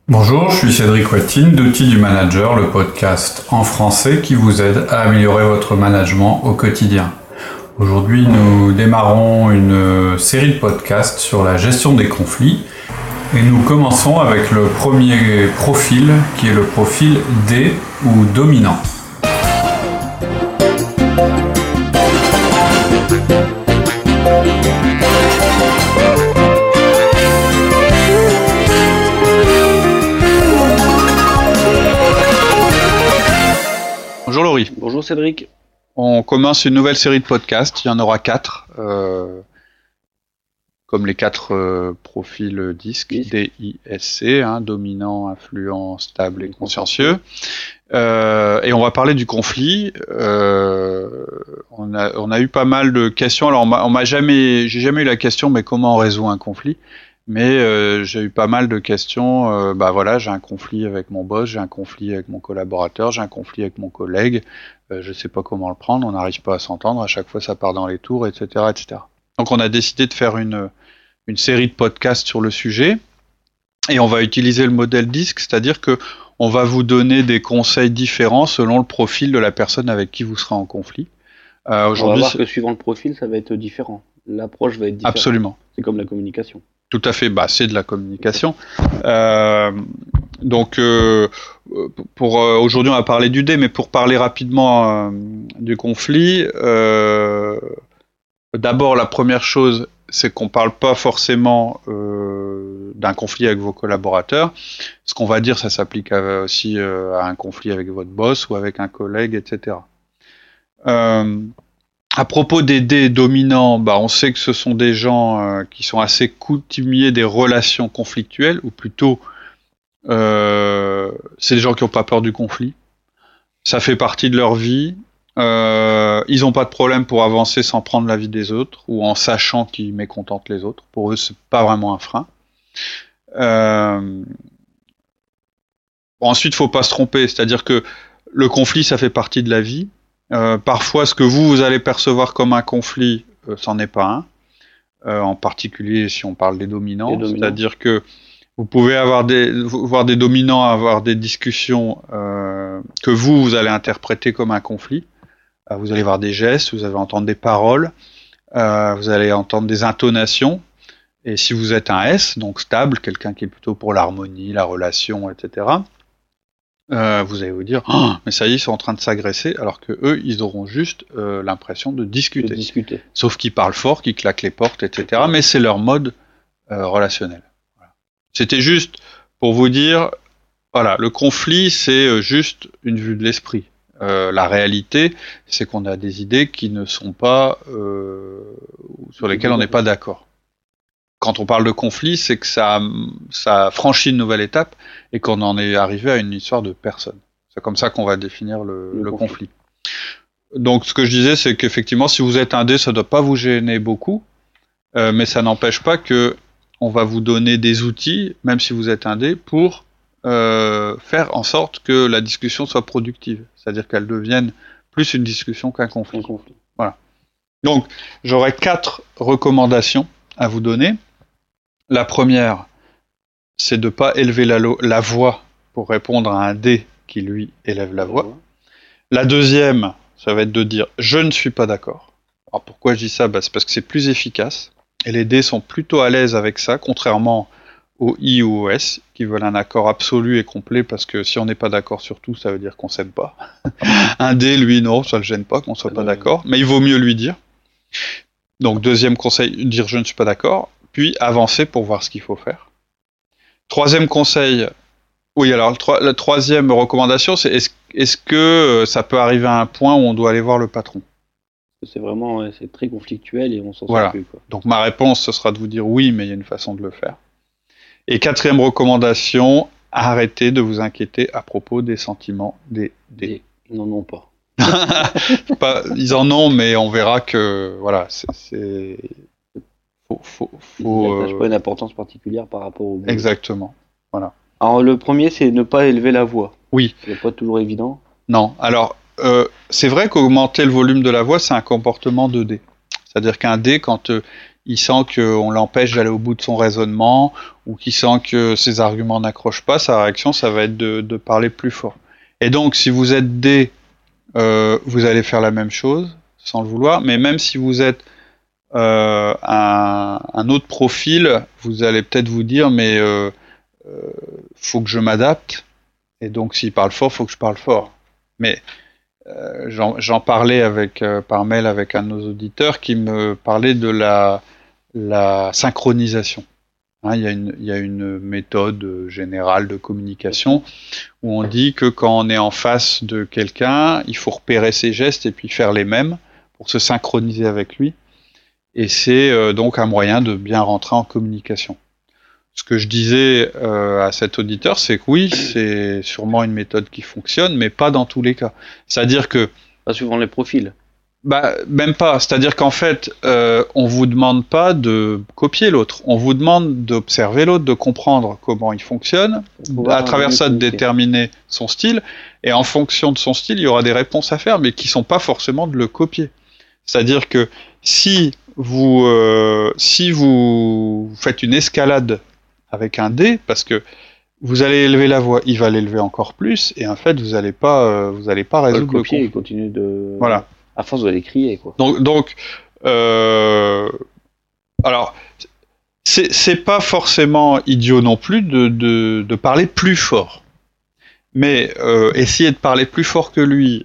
Bonjour, je suis Cédric Watine d'Outils du Manager, le podcast en français qui vous aide à améliorer votre management au quotidien. Aujourd'hui, nous démarrons une série de podcasts sur la gestion des conflits et nous commençons avec le premier profil qui est le profil D ou dominant. Bonjour Laurie. Bonjour Cédric. On commence une nouvelle série de podcasts, il y en aura 4, comme les 4 profils DISC, D-I-S-C, dominant, influent, stable et consciencieux. Et on va parler du conflit. On a eu pas mal de questions. Alors j'ai jamais eu la question, mais comment on résout un conflit ? Mais j'ai eu pas mal de questions. J'ai un conflit avec mon boss, j'ai un conflit avec mon collaborateur, j'ai un conflit avec mon collègue. Je sais pas comment le prendre, on n'arrive pas à s'entendre. À chaque fois, ça part dans les tours, etc., etc. Donc, on a décidé de faire une série de podcasts sur le sujet, et on va utiliser le modèle DISC, c'est-à-dire que on va vous donner des conseils différents selon le profil de la personne avec qui vous serez en conflit. Aujourd'hui, on va voir que suivant le profil, ça va être différent. L'approche va être différente. Absolument. C'est comme la communication. Tout à fait, c'est de la communication. Aujourd'hui, on va parler du D, mais pour parler rapidement du conflit, d'abord, la première chose, c'est qu'on ne parle pas forcément d'un conflit avec vos collaborateurs. Ce qu'on va dire, ça s'applique aussi à un conflit avec votre boss ou avec un collègue, etc. À propos des D dominants, on sait que ce sont des gens qui sont assez coutumiers des relations conflictuelles, ou plutôt, c'est des gens qui n'ont pas peur du conflit. Ça fait partie de leur vie. Ils n'ont pas de problème pour avancer sans prendre l'avis des autres, ou en sachant qu'ils mécontentent les autres. Pour eux, c'est pas vraiment un frein. Ensuite, faut pas se tromper, c'est-à-dire que le conflit, ça fait partie de la vie. Parfois, ce que vous allez percevoir comme un conflit, c'en est pas un. En particulier, si on parle des dominants, c'est-à-dire que vous pouvez voir des dominants, avoir des discussions que vous allez interpréter comme un conflit. Vous allez voir des gestes, vous allez entendre des paroles, vous allez entendre des intonations. Et si vous êtes un S, donc stable, quelqu'un qui est plutôt pour l'harmonie, la relation, etc., vous allez vous dire mais ça y est, ils sont en train de s'agresser, alors que eux, ils auront juste l'impression de discuter. Sauf qu'ils parlent fort, qu'ils claquent les portes, etc. Mais c'est leur mode relationnel. Voilà. C'était juste pour vous dire, voilà, le conflit, c'est juste une vue de l'esprit. La réalité, c'est qu'on a des idées qui ne sont pas sur lesquelles on n'est pas d'accord. Quand on parle de conflit, c'est que ça franchit une nouvelle étape et qu'on en est arrivé à une histoire de personne. C'est comme ça qu'on va définir le conflit. Donc, ce que je disais, c'est qu'effectivement, si vous êtes un D, ça ne doit pas vous gêner beaucoup, mais ça n'empêche pas que on va vous donner des outils, même si vous êtes un D, pour faire en sorte que la discussion soit productive. C'est-à-dire qu'elle devienne plus une discussion qu'un conflit. Voilà. Donc, j'aurais 4 recommandations à vous donner. La première, c'est de ne pas élever la voix pour répondre à un D qui, lui, élève la voix. La deuxième, ça va être de dire « je ne suis pas d'accord ». Alors pourquoi je dis ça ? C'est parce que c'est plus efficace, et les D sont plutôt à l'aise avec ça, contrairement aux I ou aux S, qui veulent un accord absolu et complet, parce que si on n'est pas d'accord sur tout, ça veut dire qu'on ne s'aime pas. Un D, lui, non, ça ne le gêne pas qu'on ne soit pas d'accord, mais il vaut mieux lui dire. Donc, deuxième conseil, dire « je ne suis pas d'accord », puis avancer pour voir ce qu'il faut faire. Troisième conseil, la troisième recommandation, c'est est-ce que ça peut arriver à un point où on doit aller voir le patron ? C'est très conflictuel et on s'en sort plus. Donc, ma réponse, ce sera de vous dire oui, mais il y a une façon de le faire. Et quatrième recommandation, arrêtez de vous inquiéter à propos des sentiments des D. Ils n'en ont pas. Ils en ont, mais on verra que voilà, Ils n'attachent pas une importance particulière par rapport au boulot. Exactement. Voilà. Alors le premier, c'est ne pas élever la voix. Oui. C'est pas toujours évident. Non. Alors c'est vrai qu'augmenter le volume de la voix, c'est un comportement de D. C'est-à-dire qu'un D, quand il sent qu'on l'empêche d'aller au bout de son raisonnement, ou qu'il sent que ses arguments n'accrochent pas, sa réaction, ça va être de parler plus fort. Et donc, si vous êtes D, vous allez faire la même chose, sans le vouloir, mais même si vous êtes un autre profil, vous allez peut-être vous dire, mais faut que je m'adapte, et donc s'il parle fort, faut que je parle fort. Mais j'en parlais par mail avec un de nos auditeurs qui me parlait de la synchronisation. Hein, il y a une méthode générale de communication où on dit que quand on est en face de quelqu'un, il faut repérer ses gestes et puis faire les mêmes pour se synchroniser avec lui. Et c'est donc un moyen de bien rentrer en communication. Ce que je disais à cet auditeur, c'est que oui, c'est sûrement une méthode qui fonctionne, mais pas dans tous les cas. C'est-à-dire que... Pas suivant les profils. Bah, même pas. C'est-à-dire qu'en fait, on vous demande pas de copier l'autre. On vous demande d'observer l'autre, de comprendre comment il fonctionne, à travers ça de déterminer son style. Et en fonction de son style, il y aura des réponses à faire, mais qui sont pas forcément de le copier. C'est-à-dire que si vous faites une escalade avec un D, parce que vous allez élever la voix, il va l'élever encore plus, et en fait vous allez pas résoudre le copier, il continue de... Voilà. À force, vous allez crier, quoi. Donc alors, c'est pas forcément idiot non plus de parler plus fort. Mais essayer de parler plus fort que lui,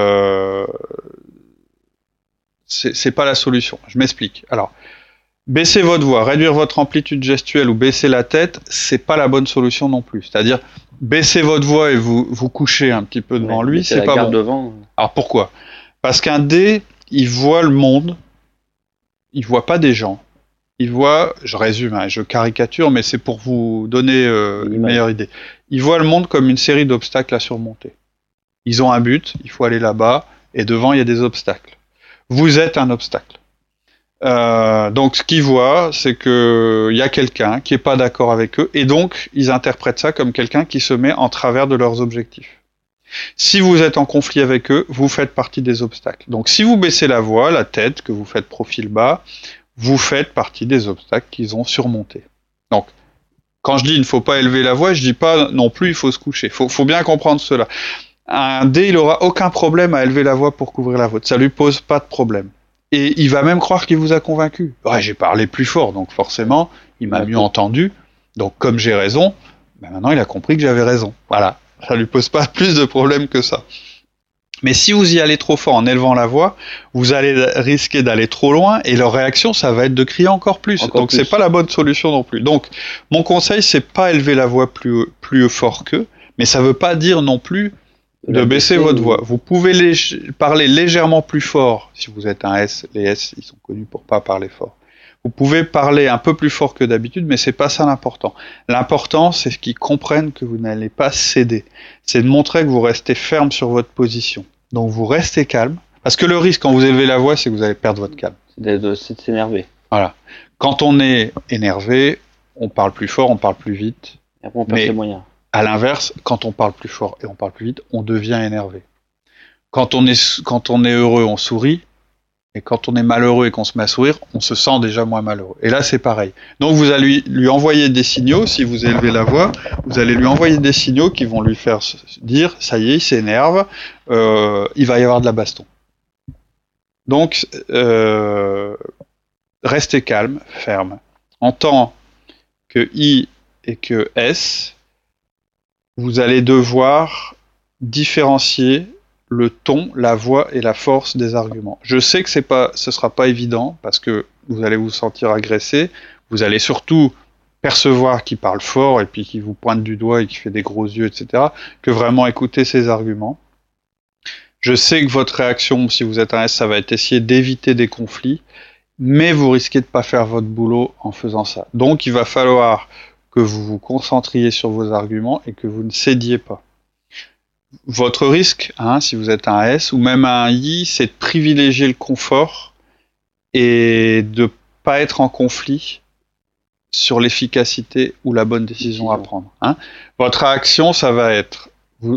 c'est pas la solution. Je m'explique. Alors, baisser votre voix, réduire votre amplitude gestuelle ou baisser la tête, c'est pas la bonne solution non plus. C'est-à-dire, baisser votre voix et vous coucher un petit peu devant lui, c'est pas bon. Devant. Alors pourquoi ? Parce qu'un D, il voit le monde, il voit pas des gens. Il voit, je résume, hein, je caricature, mais c'est pour vous donner une meilleure idée. Il voit le monde comme une série d'obstacles à surmonter. Ils ont un but, il faut aller là-bas, et devant il y a des obstacles. Vous êtes un obstacle. Donc ce qu'ils voient, c'est que il y a quelqu'un qui est pas d'accord avec eux, et donc ils interprètent ça comme quelqu'un qui se met en travers de leurs objectifs. Si vous êtes en conflit avec eux, vous faites partie des obstacles. Donc si vous baissez la voix, la tête, que vous faites profil bas, vous faites partie des obstacles qu'ils ont surmontés. Donc quand je dis il ne faut pas élever la voix, je dis pas non plus il faut se coucher. Faut bien comprendre cela. Un D, il aura aucun problème à élever la voix pour couvrir la vôtre. Ça lui pose pas de problème. Et il va même croire qu'il vous a convaincu. Ouais, j'ai parlé plus fort, donc forcément, il m'a mieux entendu. Donc comme j'ai raison, ben maintenant il a compris que j'avais raison. Voilà, ça lui pose pas plus de problème que ça. Mais si vous y allez trop fort en élevant la voix, vous allez risquer d'aller trop loin et leur réaction, ça va être de crier encore plus. Donc c'est pas la bonne solution non plus. Donc mon conseil, c'est pas élever la voix plus fort qu'eux, mais ça veut pas dire non plus de baisser votre voix. Vous pouvez parler légèrement plus fort. Si vous êtes un S, les S, ils sont connus pour pas parler fort. Vous pouvez parler un peu plus fort que d'habitude, mais c'est pas ça l'important. L'important, c'est qu'ils comprennent que vous n'allez pas céder. C'est de montrer que vous restez ferme sur votre position. Donc vous restez calme, parce que le risque quand vous élevez la voix, c'est que vous allez perdre votre calme. C'est de s'énerver. Voilà. Quand on est énervé, on parle plus fort, on parle plus vite. Et après on perd ses moyens. À l'inverse, quand on parle plus fort et on parle plus vite, on devient énervé. Quand on est heureux, on sourit. Et quand on est malheureux et qu'on se met à sourire, on se sent déjà moins malheureux. Et là, c'est pareil. Donc, vous allez lui envoyer des signaux, si vous élevez la voix, vous allez lui envoyer des signaux qui vont lui faire dire, ça y est, il s'énerve, il va y avoir de la baston. Donc, restez calme, ferme. En tant que I et que S, vous allez devoir différencier le ton, la voix et la force des arguments. Je sais que ce sera pas évident parce que vous allez vous sentir agressé, vous allez surtout percevoir qu'il parle fort et puis qu'il vous pointe du doigt et qu'il fait des gros yeux, etc., que vraiment écouter ses arguments. Je sais que votre réaction, si vous êtes un S, ça va être essayer d'éviter des conflits, mais vous risquez de pas faire votre boulot en faisant ça. Donc il va falloir que vous vous concentriez sur vos arguments et que vous ne cédiez pas. Votre risque, si vous êtes un S ou même un I, c'est de privilégier le confort et de pas être en conflit sur l'efficacité ou la bonne décision à prendre. Votre réaction, ça va être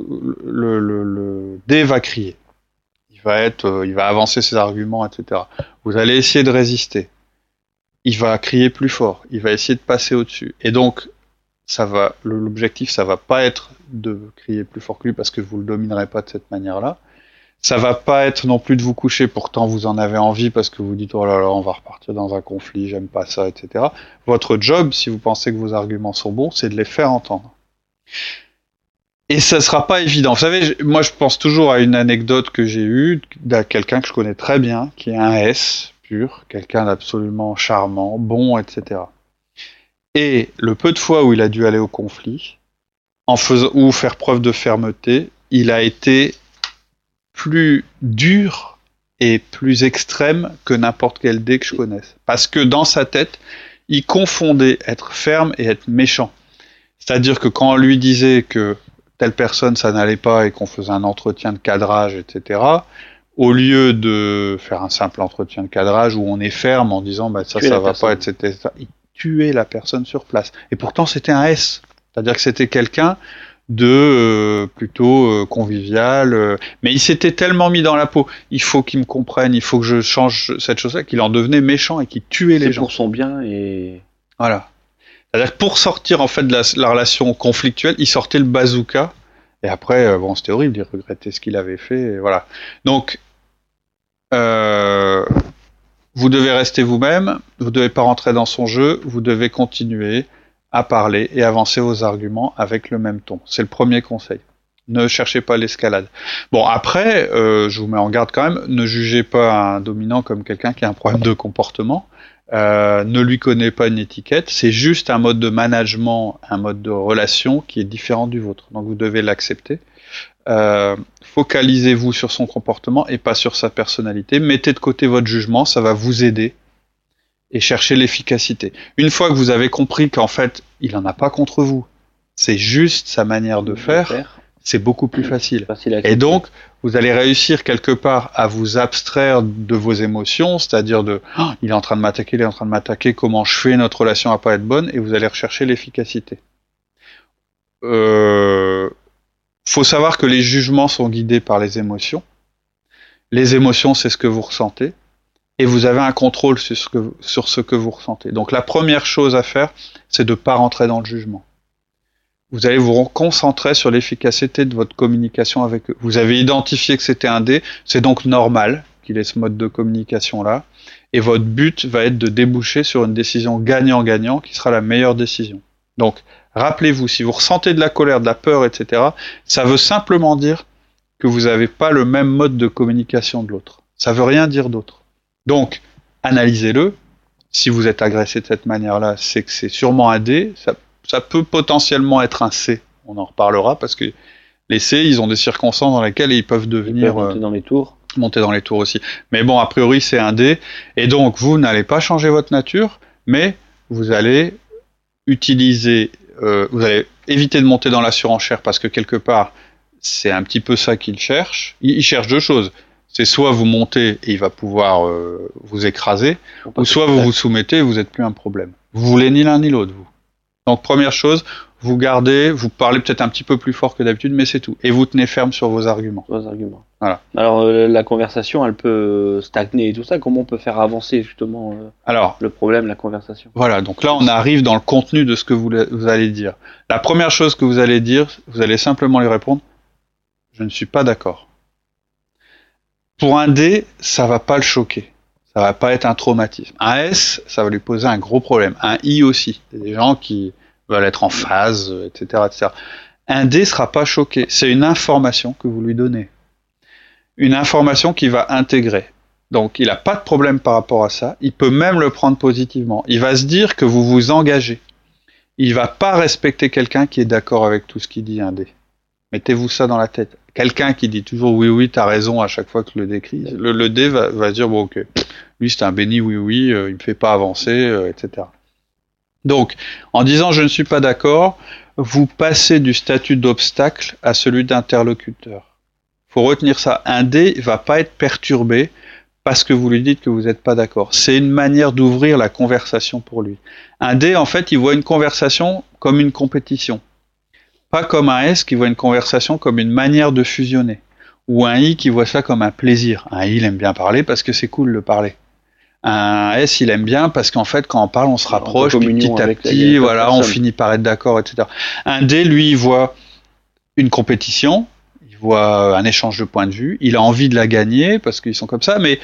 le D va crier, il va avancer ses arguments, etc. Vous allez essayer de résister. il va crier plus fort, il va essayer de passer au-dessus. Et donc, l'objectif, ça va pas être de crier plus fort que lui parce que vous le dominerez pas de cette manière-là. Ça va pas être non plus de vous coucher, pourtant vous en avez envie parce que vous dites oh là là, on va repartir dans un conflit, j'aime pas ça, etc. Votre job, si vous pensez que vos arguments sont bons, c'est de les faire entendre. Et ça sera pas évident. Vous savez, moi je pense toujours à une anecdote que j'ai eue d'un quelqu'un que je connais très bien, qui est un S pur, quelqu'un d'absolument charmant, bon, etc. Et le peu de fois où il a dû aller au conflit, ou faire preuve de fermeté, il a été plus dur et plus extrême que n'importe quel dé que je connaisse. Parce que dans sa tête, il confondait être ferme et être méchant. C'est-à-dire que quand on lui disait que telle personne ça n'allait pas et qu'on faisait un entretien de cadrage, etc., au lieu de faire un simple entretien de cadrage où on est ferme en disant bah, ça va pas, etc., il tuait la personne sur place. Et pourtant c'était un S. C'est-à-dire que c'était quelqu'un de plutôt convivial, mais il s'était tellement mis dans la peau, il faut qu'il me comprenne, il faut que je change cette chose-là, qu'il en devenait méchant et qu'il tuait les gens. C'est pour son bien et... Voilà. C'est-à-dire que pour sortir en fait de la relation conflictuelle, il sortait le bazooka, et après, bon, c'était horrible, il regrettait ce qu'il avait fait, et voilà. Donc, vous devez rester vous-même, vous devez pas rentrer dans son jeu, vous devez continuer à parler et avancer vos arguments avec le même ton. C'est le premier conseil. Ne cherchez pas l'escalade. Bon, après, je vous mets en garde quand même, ne jugez pas un dominant comme quelqu'un qui a un problème de comportement, ne lui connaissez pas une étiquette, c'est juste un mode de management, un mode de relation qui est différent du vôtre. Donc vous devez l'accepter. Focalisez-vous sur son comportement et pas sur sa personnalité. Mettez de côté votre jugement, ça va vous aider. Et chercher l'efficacité. Une fois que vous avez compris qu'en fait, il en a pas contre vous, c'est juste sa manière de faire, c'est beaucoup plus facile. Et donc, vous allez réussir quelque part à vous abstraire de vos émotions, c'est-à-dire de « il est en train de m'attaquer, comment je fais, notre relation va pas être bonne », et vous allez rechercher l'efficacité. Faut savoir que les jugements sont guidés par les émotions. Les émotions, c'est ce que vous ressentez. Et vous avez un contrôle sur ce que vous ressentez. Donc la première chose à faire, c'est de ne pas rentrer dans le jugement. Vous allez vous concentrer sur l'efficacité de votre communication avec eux. Vous avez identifié que c'était un dé, c'est donc normal qu'il ait ce mode de communication-là. Et votre but va être de déboucher sur une décision gagnant-gagnant qui sera la meilleure décision. Donc, rappelez-vous, si vous ressentez de la colère, de la peur, etc., ça veut simplement dire que vous n'avez pas le même mode de communication de l'autre. Ça veut rien dire d'autre. Donc, analysez-le. Si vous êtes agressé de cette manière-là, c'est que c'est sûrement un D. Ça peut potentiellement être un C. On en reparlera parce que les C, ils ont des circonstances dans lesquelles ils peuvent devenir... monter dans les tours. Monter dans les tours aussi. Mais bon, a priori, c'est un D. Et donc, vous n'allez pas changer votre nature, mais vous allez utiliser... vous allez éviter de monter dans la surenchère parce que quelque part, c'est un petit peu ça qu'il cherche. Il cherche deux choses. C'est soit vous montez et il va pouvoir vous écraser, ou soit vous vous soumettez et vous n'êtes plus un problème. Vous voulez ni l'un ni l'autre, vous. Donc première chose, vous gardez, vous parlez peut-être un petit peu plus fort que d'habitude, mais c'est tout. Et vous tenez ferme sur vos arguments. Voilà. Alors la conversation, elle peut stagner et tout ça. Comment on peut faire avancer justement le problème, la conversation ? Voilà, donc là on arrive dans le contenu de ce que vous allez dire. La première chose que vous allez dire, vous allez simplement lui répondre « Je ne suis pas d'accord ». Pour un D, ça va pas le choquer. Ça va pas être un traumatisme. Un S, ça va lui poser un gros problème. Un I aussi. Il y a des gens qui veulent être en phase, etc., etc. Un D sera pas choqué. C'est une information que vous lui donnez. Une information qu'il va intégrer. Donc, il n'a pas de problème par rapport à ça. Il peut même le prendre positivement. Il va se dire que vous vous engagez. Il va pas respecter quelqu'un qui est d'accord avec tout ce qu'il dit, un D. Mettez-vous ça dans la tête. Quelqu'un qui dit toujours oui, t'as raison à chaque fois que le dé crie, le dé va se dire bon ok, lui c'est un béni oui, il me fait pas avancer, etc. Donc, en disant je ne suis pas d'accord, vous passez du statut d'obstacle à celui d'interlocuteur. Faut retenir ça. Un dé va pas être perturbé parce que vous lui dites que vous n'êtes pas d'accord. C'est une manière d'ouvrir la conversation pour lui. Un dé, en fait, il voit une conversation comme une compétition. Pas comme un S qui voit une conversation comme une manière de fusionner. Ou un I qui voit ça comme un plaisir. Un I, il aime bien parler parce que c'est cool de parler. Un S, il aime bien parce qu'en fait, quand on parle, on se rapproche petit à petit, voilà, on finit par être d'accord, etc. Un D, lui, il voit une compétition, il voit un échange de points de vue, il a envie de la gagner parce qu'ils sont comme ça, mais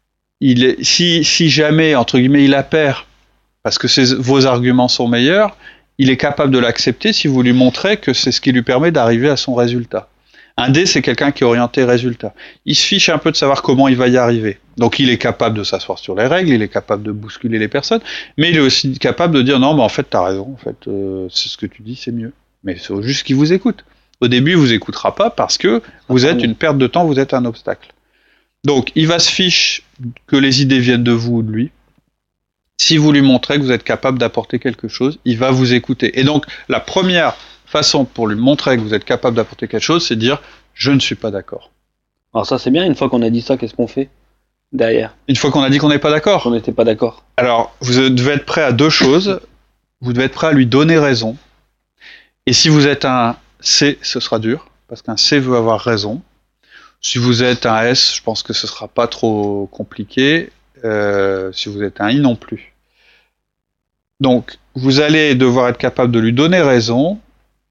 si jamais, entre guillemets, il la perd parce que vos arguments sont meilleurs, il est capable de l'accepter si vous lui montrez que c'est ce qui lui permet d'arriver à son résultat. Un D, c'est quelqu'un qui est orienté résultat. Il se fiche un peu de savoir comment il va y arriver. Donc il est capable de s'asseoir sur les règles, il est capable de bousculer les personnes, mais il est aussi capable de dire non, en fait, t'as raison, en fait, c'est ce que tu dis, c'est mieux. Mais c'est juste qu'il vous écoute. Au début, il vous écoutera pas parce que vous êtes une perte de temps, vous êtes un obstacle. Donc il va se fiche que les idées viennent de vous ou de lui. Si vous lui montrez que vous êtes capable d'apporter quelque chose, il va vous écouter. Et donc la première façon pour lui montrer que vous êtes capable d'apporter quelque chose, c'est de dire « je ne suis pas d'accord ». Alors ça c'est bien, une fois qu'on a dit ça, qu'est-ce qu'on fait derrière ? Une fois qu'on a dit qu'on n'est pas d'accord ? On n'était pas d'accord. Alors, vous devez être prêt à deux choses. Vous devez être prêt à lui donner raison. Et si vous êtes un C, ce sera dur, parce qu'un C veut avoir raison. Si vous êtes un S, je pense que ce sera pas trop compliqué. Si vous êtes un I non plus. Donc, vous allez devoir être capable de lui donner raison,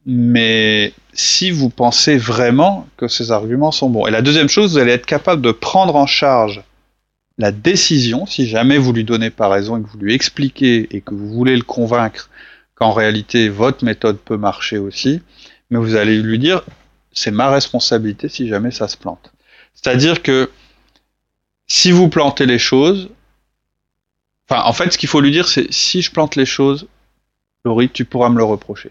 mais si vous pensez vraiment que ces arguments sont bons. Et la deuxième chose, vous allez être capable de prendre en charge la décision, si jamais vous lui donnez pas raison et que vous lui expliquez et que vous voulez le convaincre qu'en réalité votre méthode peut marcher aussi, mais vous allez lui dire c'est ma responsabilité si jamais ça se plante. C'est-à-dire que si vous plantez les choses, enfin en fait ce qu'il faut lui dire c'est si je plante les choses, Laurie, tu pourras me le reprocher.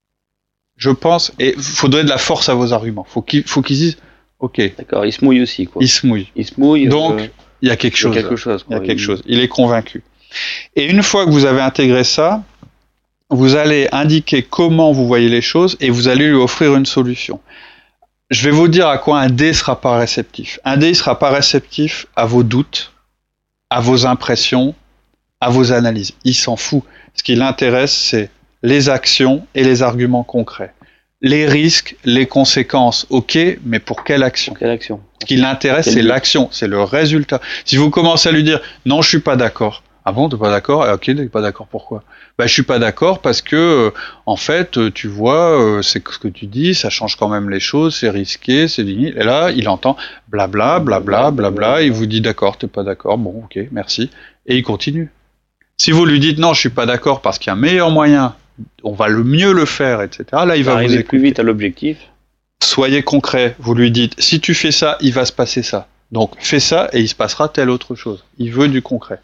Je pense, et il faut donner de la force à vos arguments. Faut qu'ils disent, ok. D'accord, il se mouille aussi, quoi. Il se mouille. Donc, il y a quelque chose. Il y a quelque chose. Il est convaincu. Et une fois que vous avez intégré ça, vous allez indiquer comment vous voyez les choses et vous allez lui offrir une solution. Je vais vous dire à quoi un D sera pas réceptif. Un D, il sera pas réceptif à vos doutes, à vos impressions, à vos analyses. Il s'en fout. Ce qui l'intéresse, c'est les actions et les arguments concrets. Les risques, les conséquences, ok, mais pour quelle action ? Ce qui l'intéresse, c'est l'action, c'est le résultat. Si vous commencez à lui dire « Non, je suis pas d'accord ». « Ah bon, t'es pas d'accord ? Ok, t'es pas d'accord, pourquoi ? » Je suis pas d'accord parce que, en fait, tu vois, c'est ce que tu dis, ça change quand même les choses, c'est risqué, c'est digné. Et là, il entend blabla, blabla, blabla, il vous dit d'accord, t'es pas d'accord, bon, ok, merci. Et il continue. Si vous lui dites non, je suis pas d'accord parce qu'il y a un meilleur moyen, on va le mieux le faire, etc. Là, il va vous écouter. Plus vite à l'objectif. Soyez concret. Vous lui dites, si tu fais ça, il va se passer ça. Donc, fais ça et il se passera telle autre chose. Il veut du concret.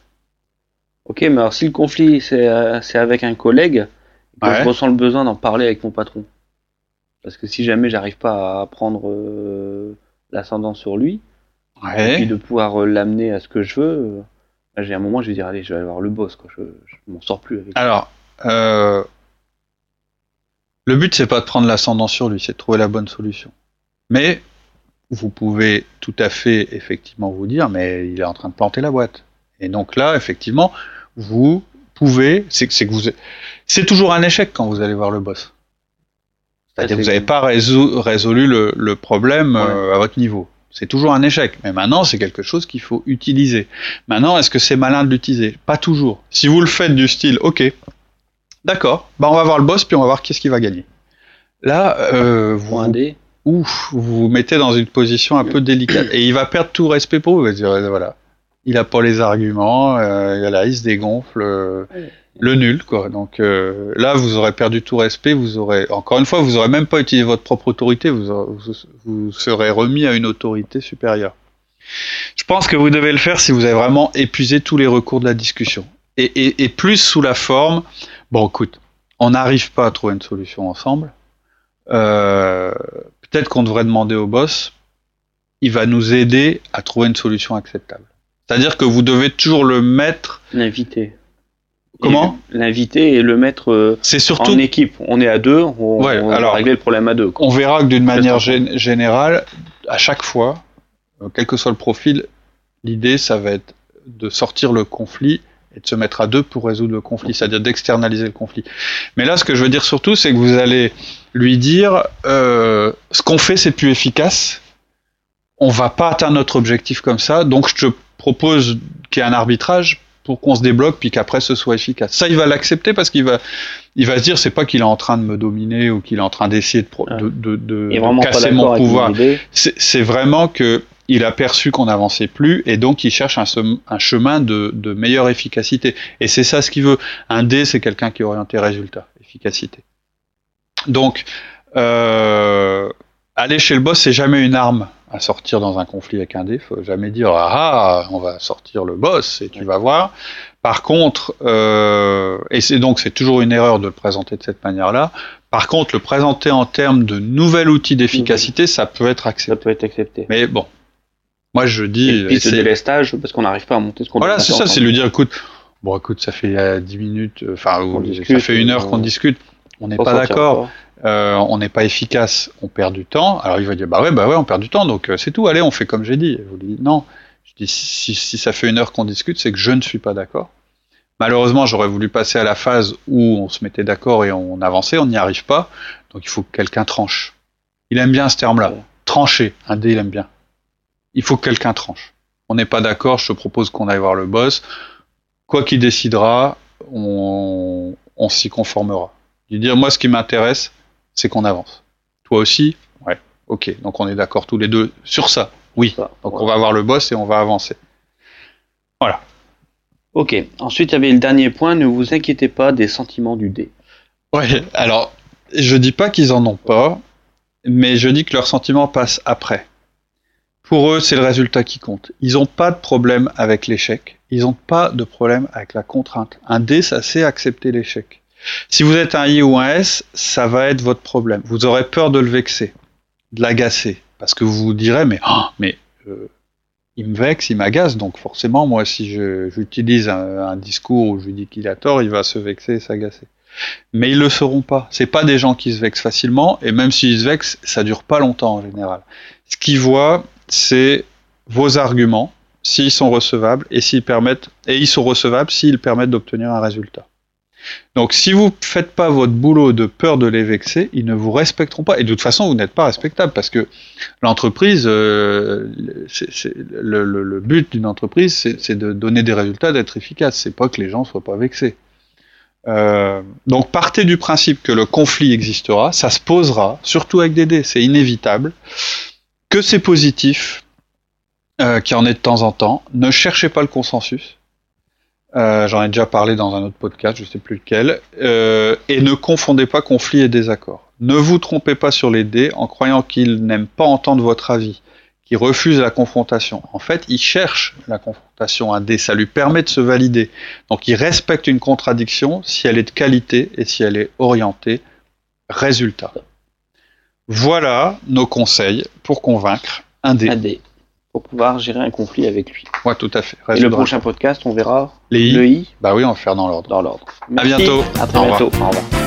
Ok, mais alors si le conflit c'est avec un collègue, que je ressens le besoin d'en parler avec mon patron, parce que si jamais j'arrive pas à prendre l'ascendant sur lui, et puis de pouvoir l'amener à ce que je veux, j'ai un moment je vais dire allez, je vais aller voir le boss, quoi. Je m'en sors plus avec lui. Alors, le but c'est pas de prendre l'ascendant sur lui, c'est de trouver la bonne solution. Mais vous pouvez tout à fait effectivement vous dire mais il est en train de planter la boîte. Et donc là, effectivement, vous pouvez, c'est toujours un échec quand vous allez voir le boss. C'est-à-dire que vous n'avez pas résolu le problème à votre niveau. C'est toujours un échec. Mais maintenant, c'est quelque chose qu'il faut utiliser. Maintenant, est-ce que c'est malin de l'utiliser ? Pas toujours. Si vous le faites du style, ok, d'accord, on va voir le boss, puis on va voir qu'est-ce qu'il va gagner. Là, vous vous mettez dans une position un peu délicate. Et il va perdre tout respect pour vous. Il va dire, voilà. Il a pas les arguments, il se dégonfle, le nul, quoi. Donc là, vous aurez perdu tout respect, encore une fois, vous aurez même pas utilisé votre propre autorité, vous serez remis à une autorité supérieure. Je pense que vous devez le faire si vous avez vraiment épuisé tous les recours de la discussion. Et plus sous la forme, écoute, on n'arrive pas à trouver une solution ensemble, peut-être qu'on devrait demander au boss, il va nous aider à trouver une solution acceptable. C'est-à-dire que vous devez toujours le mettre... L'inviter. Comment ? L'inviter et le mettre en équipe. On est à deux, on va régler le problème à deux, quoi. On verra que d'une manière générale, à chaque fois, quel que soit le profil, l'idée, ça va être de sortir le conflit et de se mettre à deux pour résoudre le conflit, c'est-à-dire d'externaliser le conflit. Mais là, ce que je veux dire surtout, c'est que vous allez lui dire ce qu'on fait, c'est plus efficace, on va pas atteindre notre objectif comme ça, donc je te propose qu'il y ait un arbitrage pour qu'on se débloque puis qu'après ce soit efficace. Ça, il va l'accepter parce qu'il va se dire, c'est pas qu'il est en train de me dominer ou qu'il est en train d'essayer de casser mon pouvoir. C'est vraiment que il a perçu qu'on n'avançait plus et donc il cherche un chemin de meilleure efficacité. Et c'est ça ce qu'il veut. Un D, c'est quelqu'un qui est orienté résultat, efficacité. Donc, aller chez le boss, c'est jamais une arme à sortir dans un conflit avec un D. Faut jamais dire on va sortir le boss et tu vas voir. Par contre, et c'est toujours une erreur de le présenter de cette manière-là. Par contre, le présenter en termes de nouvel outil d'efficacité, ça peut être accepté. Ça peut être accepté. Mais bon, moi je dis. Et c'est de délestage parce qu'on n'arrive pas à monter ce qu'on. Voilà, c'est ça, c'est lui dire écoute, ça fait 10 minutes, ça fait 1 heure qu'on discute, on n'est pas d'accord. On n'est pas efficace, on perd du temps. Alors il va dire bah ouais, on perd du temps, donc c'est tout, allez, on fait comme j'ai dit. Et vous lui dites non. Je dis si ça fait 1 heure qu'on discute, c'est que je ne suis pas d'accord. Malheureusement, j'aurais voulu passer à la phase où on se mettait d'accord et on avançait, on n'y arrive pas. Donc il faut que quelqu'un tranche. Il aime bien ce terme-là, trancher. Un D, il aime bien. Il faut que quelqu'un tranche. On n'est pas d'accord, je te propose qu'on aille voir le boss. Quoi qu'il décidera, on s'y conformera. Il dire moi, ce qui m'intéresse, c'est qu'on avance. Toi aussi ? Ouais. Ok. Donc on est d'accord tous les deux sur ça. Oui. Donc on va voir le boss et on va avancer. Voilà. Ok. Ensuite, il y avait le dernier point. Ne vous inquiétez pas des sentiments du D. Ouais. Alors, je dis pas qu'ils en ont pas, mais je dis que leurs sentiments passent après. Pour eux, c'est le résultat qui compte. Ils n'ont pas de problème avec l'échec. Ils n'ont pas de problème avec la contrainte. Un D, ça sait accepter l'échec. Si vous êtes un I ou un S, ça va être votre problème. Vous aurez peur de le vexer, de l'agacer, parce que vous vous direz il me vexe, il m'agace, donc forcément moi si j'utilise un discours où je lui dis qu'il a tort, il va se vexer et s'agacer. Mais ils le sauront pas. C'est pas des gens qui se vexent facilement, et même s'ils se vexent, ça dure pas longtemps en général. Ce qu'ils voient, c'est vos arguments, s'ils sont recevables et ils sont recevables s'ils permettent d'obtenir un résultat. Donc si vous ne faites pas votre boulot de peur de les vexer, ils ne vous respecteront pas. Et de toute façon, vous n'êtes pas respectable parce que l'entreprise, le but d'une entreprise, c'est de donner des résultats, d'être efficace. C'est pas que les gens soient pas vexés. Donc partez du principe que le conflit existera, ça se posera, surtout avec des dés, c'est inévitable, que c'est positif, qu'il y en ait de temps en temps. Ne cherchez pas le consensus. J'en ai déjà parlé dans un autre podcast, je sais plus lequel, et ne confondez pas conflit et désaccord. Ne vous trompez pas sur les dés en croyant qu'ils n'aiment pas entendre votre avis, qu'ils refusent la confrontation. En fait, ils cherchent la confrontation. Un dé, ça lui permet de se valider. Donc, ils respectent une contradiction si elle est de qualité et si elle est orientée résultat. Voilà nos conseils pour convaincre un dé. Un dé. Pour pouvoir gérer un conflit avec lui. Ouais, tout à fait. Et le prochain podcast, on verra le I. Bah oui, on va le faire dans l'ordre. Merci. À bientôt. À très bientôt. Au revoir.